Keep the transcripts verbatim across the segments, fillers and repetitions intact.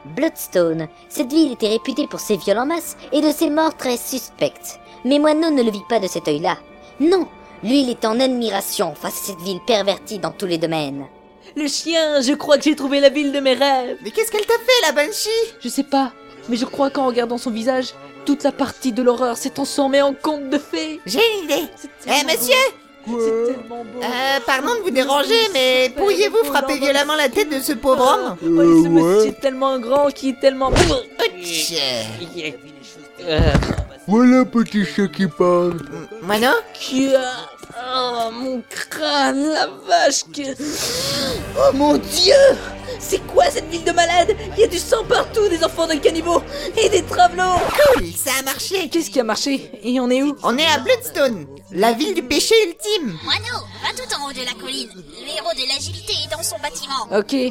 Bloodstone. Cette ville était réputée pour ses viols en masse et de ses morts très suspectes. Mais Moineau ne le vit pas de cet œil-là. Non, lui il est en admiration face à cette ville pervertie dans tous les domaines. Le chien, je crois que j'ai trouvé la ville de mes rêves. Mais qu'est-ce qu'elle t'a fait, la Banshee? Je sais pas, mais je crois qu'en regardant son visage, toute la partie de l'horreur s'est transformée en conte de fées. J'ai une idée. Eh Eh monsieur, C'est tellement beau. Euh, pardon de vous déranger, mais pourriez-vous frapper violemment la tête de ce pauvre homme? Oui, ce Euh, monsieur ouais. est tellement grand qu'il est tellement... Ouch. Euh, Voilà petit chat qui parle. Moineau? qui a... Oh, mon crâne, la vache que... Oh mon Dieu! C'est quoi cette ville de malades? Il y a du sang partout, des enfants de cannibaux et des travelots. Cool, ça a marché. Qu'est-ce qui a marché? Et on est où? On est à Bloodstone, la ville du péché ultime. Moineau, va tout en haut de la colline. Le héros de l'agilité est dans son bâtiment. Ok.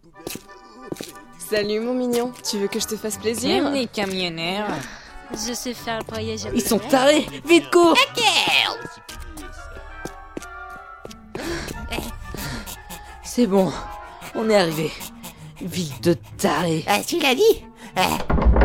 Salut mon mignon, tu veux que je te fasse plaisir? les camionneurs. Je sais faire le voyage. Ils sont tarés. Vite, cours. C'est bon, on est arrivé. Ville de tarés. Ah, tu l'as dit? Eh,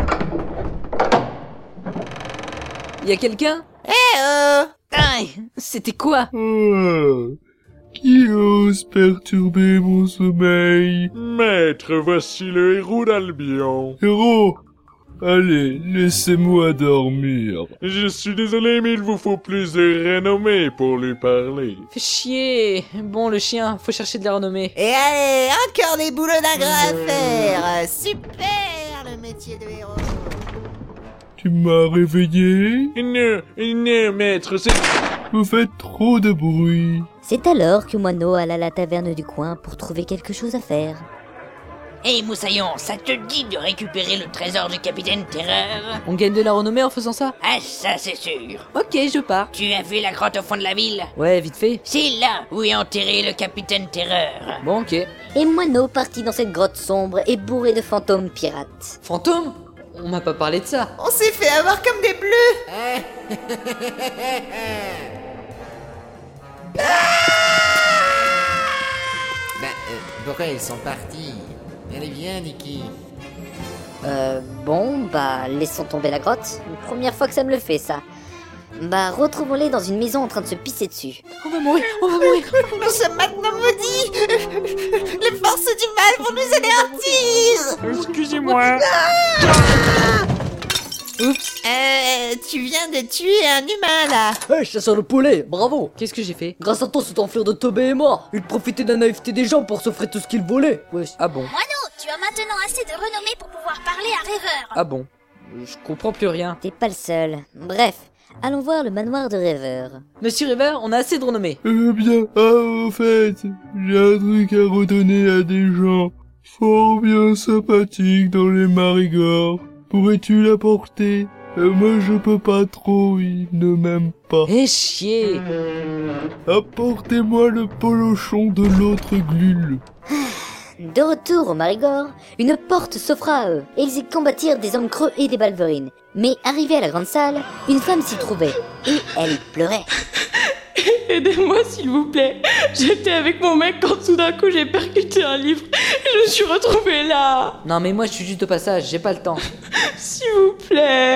Y a quelqu'un? eh oh. Aïe, c'était quoi? Ah, qui ose perturber mon sommeil? Maître, voici le héros d'Albion. Héros, allez, laissez-moi dormir. Je suis désolé, mais il vous faut plus de renommée pour lui parler. Fais chier. Bon, le chien, faut chercher de la renommée. Et allez, encore des boulots d'ingrat à faire. Super, le métier de héros. Tu m'as réveillé? Non, non, maître, c'est... Vous faites trop de bruit. C'est alors que Moineau alla à la taverne du coin pour trouver quelque chose à faire. Hé hey, Moussaillon, ça te dit de récupérer le trésor du capitaine Terreur? On gagne de la renommée en faisant ça? Ah ça c'est sûr. Ok, je pars. Tu as vu la grotte au fond de la ville? Ouais, vite fait. C'est là où est enterré le capitaine Terreur. Bon, ok. Et Moineau partit dans cette grotte sombre et bourrée de fantômes pirates. Fantôme? On m'a pas parlé de ça. On s'est fait avoir comme des bleus. Ben, euh, pourquoi ils sont partis? Allez, viens, Nicky. Euh, bon, bah, laissons tomber la grotte. Première fois que ça me le fait, ça. Bah, retrouvons-les dans une maison en train de se pisser dessus. On va mourir, on va mourir. Nous sommes maintenant maudits. Les forces du mal vont nous anéantir. Excusez-moi. Oups. Euh, tu viens de tuer un humain, là. Hey, chasseur de poulet, bravo. Qu'est-ce que j'ai fait? Grâce à toi, cet enflure de Tobé est mort. Il profitait de la naïveté des gens pour s'offrir tout ce qu'il volait. Wesh. Ah bon? Moineau, tu as maintenant assez de renommée pour pouvoir parler à Rêveur. Ah bon? Je comprends plus rien. T'es pas le seul. Bref, allons voir le manoir de Rêveur. Monsieur Rêveur, on a assez de renommée. Eh bien, ah, au fait, j'ai un truc à redonner à des gens fort bien sympathiques dans les Marigord. Pourrais-tu l'apporter? Euh, Moi je peux pas trop, ils ne m'aiment pas. Eh chier. Apportez-moi le polochon de l'autre glule. De retour au Marigord, une porte s'offra à eux, et ils y combattirent des hommes creux et des balverines. Mais arrivés à la grande salle, une femme s'y trouvait, et elle pleurait. Aidez-moi s'il vous plaît. J'étais avec mon mec quand tout d'un coup j'ai percuté un livre et je me suis retrouvée là. Non mais moi je suis juste de passage, j'ai pas le temps. S'il vous plaît.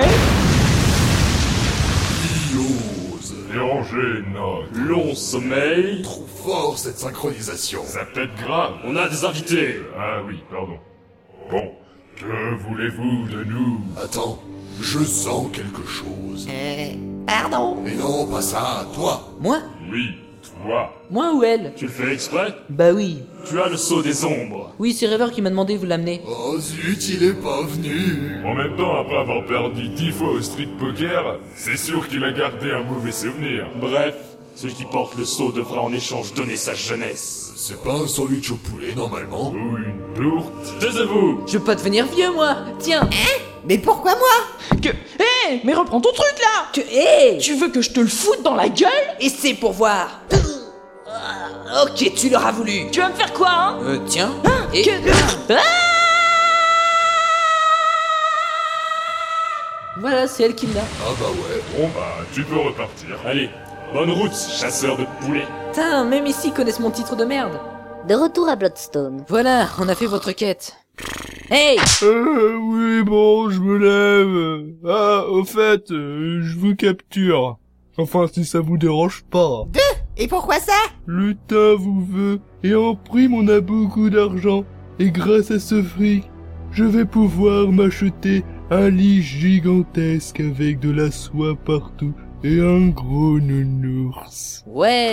Qui ose déranger notre long sommeil? Trop fort cette synchronisation. Ça peut être grave. On a des invités. Ah oui, pardon. Bon, que voulez-vous de nous? Attends, je sens quelque chose. Euh, pardon. Mais non, pas ça, toi. Moi? Oui, toi. Moi ou elle? Tu le fais exprès? Bah oui. Tu as le sceau des ombres. Oui, c'est Rêveur qui m'a demandé de vous l'amener. Oh zut, il est pas venu. En même temps, après avoir perdu dix fois au street poker, c'est sûr qu'il a gardé un mauvais souvenir. Bref, celui qui porte le sceau devra en échange donner sa jeunesse. C'est pas un sandwich au poulet, normalement. Ou une tourte. Taisez-vous! Je veux pas devenir vieux moi. Tiens. Mais pourquoi moi? Que... Hé, mais reprends ton truc là. Que hé. Tu veux que je te le foute dans la gueule? Et c'est pour voir. Ok, tu l'auras voulu. Tu vas me faire quoi, hein? Euh, tiens. Et... Que... Ah Voilà, c'est elle qui me l'a. Ah bah ouais. Bon bah, tu peux repartir. Allez, bonne route, chasseur de poulets. Putain, même ici ils connaissent mon titre de merde. De retour à Bloodstone. Voilà, on a fait votre quête. Hey! Euh, oui, bon, je me lève. Ah, au fait, euh, je vous capture. Enfin, si ça vous dérange pas. Deux? Et pourquoi ça? Lutin vous veut, et en prime on a beaucoup d'argent. Et grâce à ce fric, je vais pouvoir m'acheter un lit gigantesque avec de la soie partout et un gros nounours. Ouais!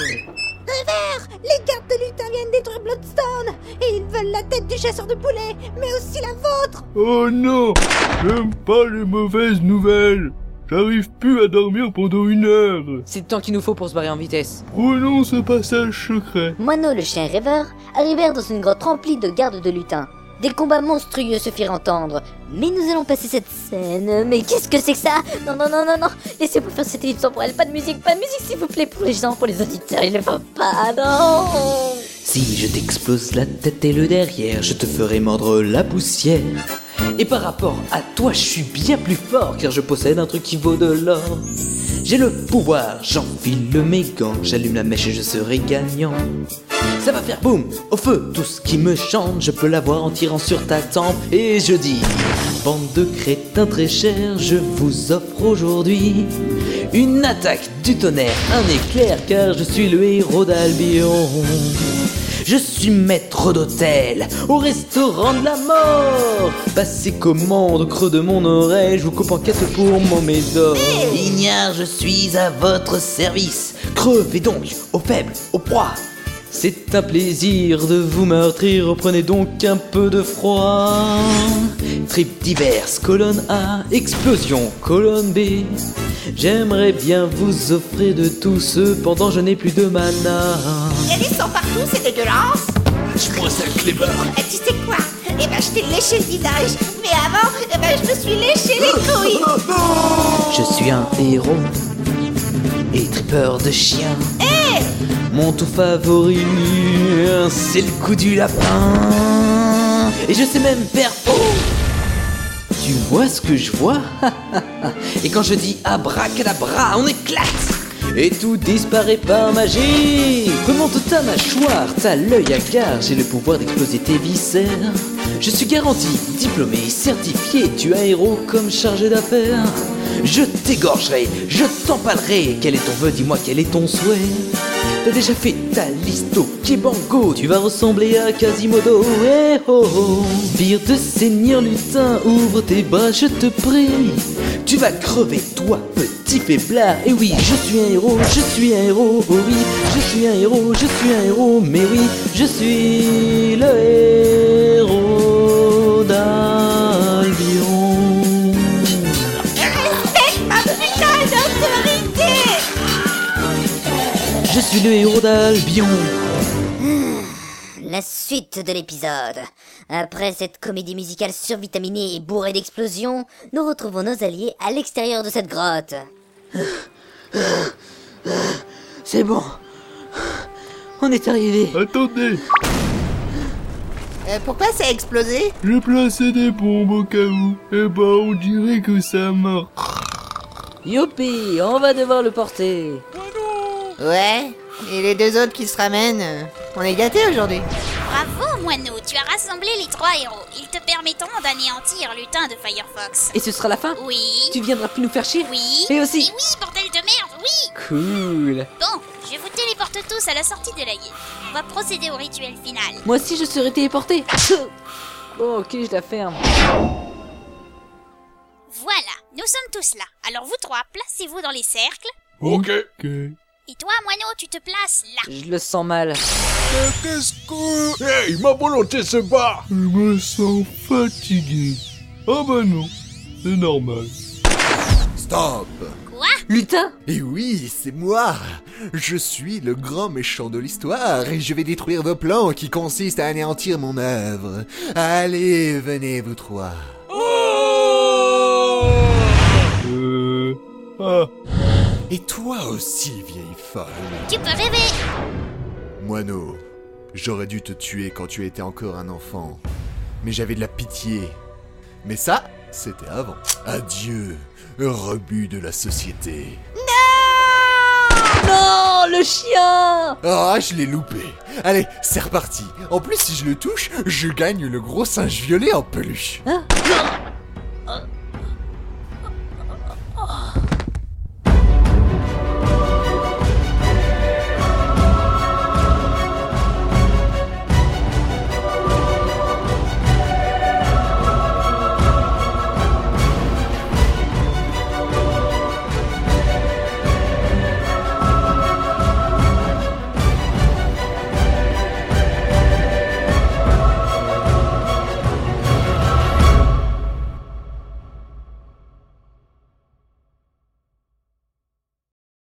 Rêveur, les gardes de lutin viennent détruire Bloodstone et ils veulent la tête du chasseur de poulets, mais aussi la vôtre. Oh non, j'aime pas les mauvaises nouvelles. J'arrive plus à dormir pendant une heure. C'est le temps qu'il nous faut pour se barrer en vitesse. Prenons ce passage secret. Moineau, le chien rêveur, arrivèrent dans une grotte remplie de gardes de lutins. Des combats monstrueux se firent entendre. Mais nous allons passer cette scène. Mais qu'est-ce que c'est que ça? Non, non, non, non, non. Laissez-moi faire cette émission pour elle. Pas de musique, pas de musique, s'il vous plaît. Pour les gens, pour les auditeurs, il ne faut pas, non. Si je t'explose la tête et le derrière, je te ferai mordre la poussière. Et par rapport à toi, je suis bien plus fort, car je possède un truc qui vaut de l'or. J'ai le pouvoir, j'enfile mes gants, j'allume la mèche et je serai gagnant. Ça va faire boum, au feu, tout ce qui me chante, je peux l'avoir en tirant sur ta tempe. Et je dis, bande de crétins très chers, je vous offre aujourd'hui une attaque du tonnerre, un éclair, car je suis le héros d'Albion. Je suis maître d'hôtel au restaurant de la mort. Passez commande au creux de mon oreille, je vous coupe en quatre pour mon médor. Ignare, je suis à votre service. Crevez donc aux faibles, aux proies. C'est un plaisir de vous meurtrir, prenez donc un peu de froid. Trip diverse, colonne A, explosion, colonne B. J'aimerais bien vous offrir de tout, cependant je n'ai plus de mana. Il y a du sang partout, c'est dégueulasse. Lâche-moi ça, Cléber. Et tu sais quoi? Eh ben je t'ai léché le visage, mais avant, eh ben je me suis léché les couilles. Je suis un héros et tripeur de chien. Hé! Mon tout favori, c'est le coup du lapin. Et je sais même faire oh! Tu vois ce que je vois? Et quand je dis abracadabra, on éclate et tout disparaît par magie. Remonte ta mâchoire, t'as l'œil hagard, j'ai le pouvoir d'exploser tes viscères. Je suis garanti, diplômé, certifié, tu as un héros comme chargé d'affaires. Je t'égorgerai, je t'empalerai. Quel est ton vœu, dis-moi quel est ton souhait? T'as déjà fait ta liste au Kebango, tu vas ressembler à Quasimodo. Eh oh oh, Spire de seigneur lutin, ouvre tes bras, je te prie. Tu vas crever, toi, petit faiblard. Et oui, je suis un héros, je suis un héros. Oh oui, je suis un héros, je suis un héros. Mais oui, je suis le héros d'Albion. Respecte ma putain d'autorité. Je suis le héros d'Albion. La suite de l'épisode. Après cette comédie musicale survitaminée et bourrée d'explosions, nous retrouvons nos alliés à l'extérieur de cette grotte. C'est bon. On est arrivé. Attendez, Euh, pourquoi ça a explosé? j'ai placé des bombes au cas où. Eh ben, on dirait que ça marche. Youpi, on va devoir le porter. Ouais. Et les deux autres qui se ramènent, euh, on est gâtés aujourd'hui. Bravo, Moineau, tu as rassemblé les trois héros. Ils te permettront d'anéantir Lutin de Firefox. Et ce sera la fin? Oui. Tu viendras plus nous faire chier? Oui. Et aussi? Et oui, bordel de merde, oui. Cool. Bon, je vous téléporte tous à la sortie de la guilde. On va procéder au rituel final. Moi aussi je serai téléporté. Bon, ok, je la ferme. Voilà, nous sommes tous là. Alors vous trois, placez-vous dans les cercles. Ok. Ok. Et toi, Moineau, tu te places là. Je le sens mal. Qu'est-ce que... Hey, ma volonté se bat. Je me sens fatigué. Ah bah non, c'est normal. Stop. Quoi? Lutin? Et oui, c'est moi. Je suis le grand méchant de l'histoire et je vais détruire vos plans qui consistent à anéantir mon œuvre. Allez, venez vous trois. Euh... Ah. Et toi aussi, vieille folle. Tu peux rêver. Moineau, j'aurais dû te tuer quand tu étais encore un enfant. Mais j'avais de la pitié. Mais ça, c'était avant. Adieu, rebut de la société. Non! Non, le chien! Ah, je l'ai loupé. Allez, c'est reparti. En plus, si je le touche, je gagne le gros singe violet en peluche. Hein?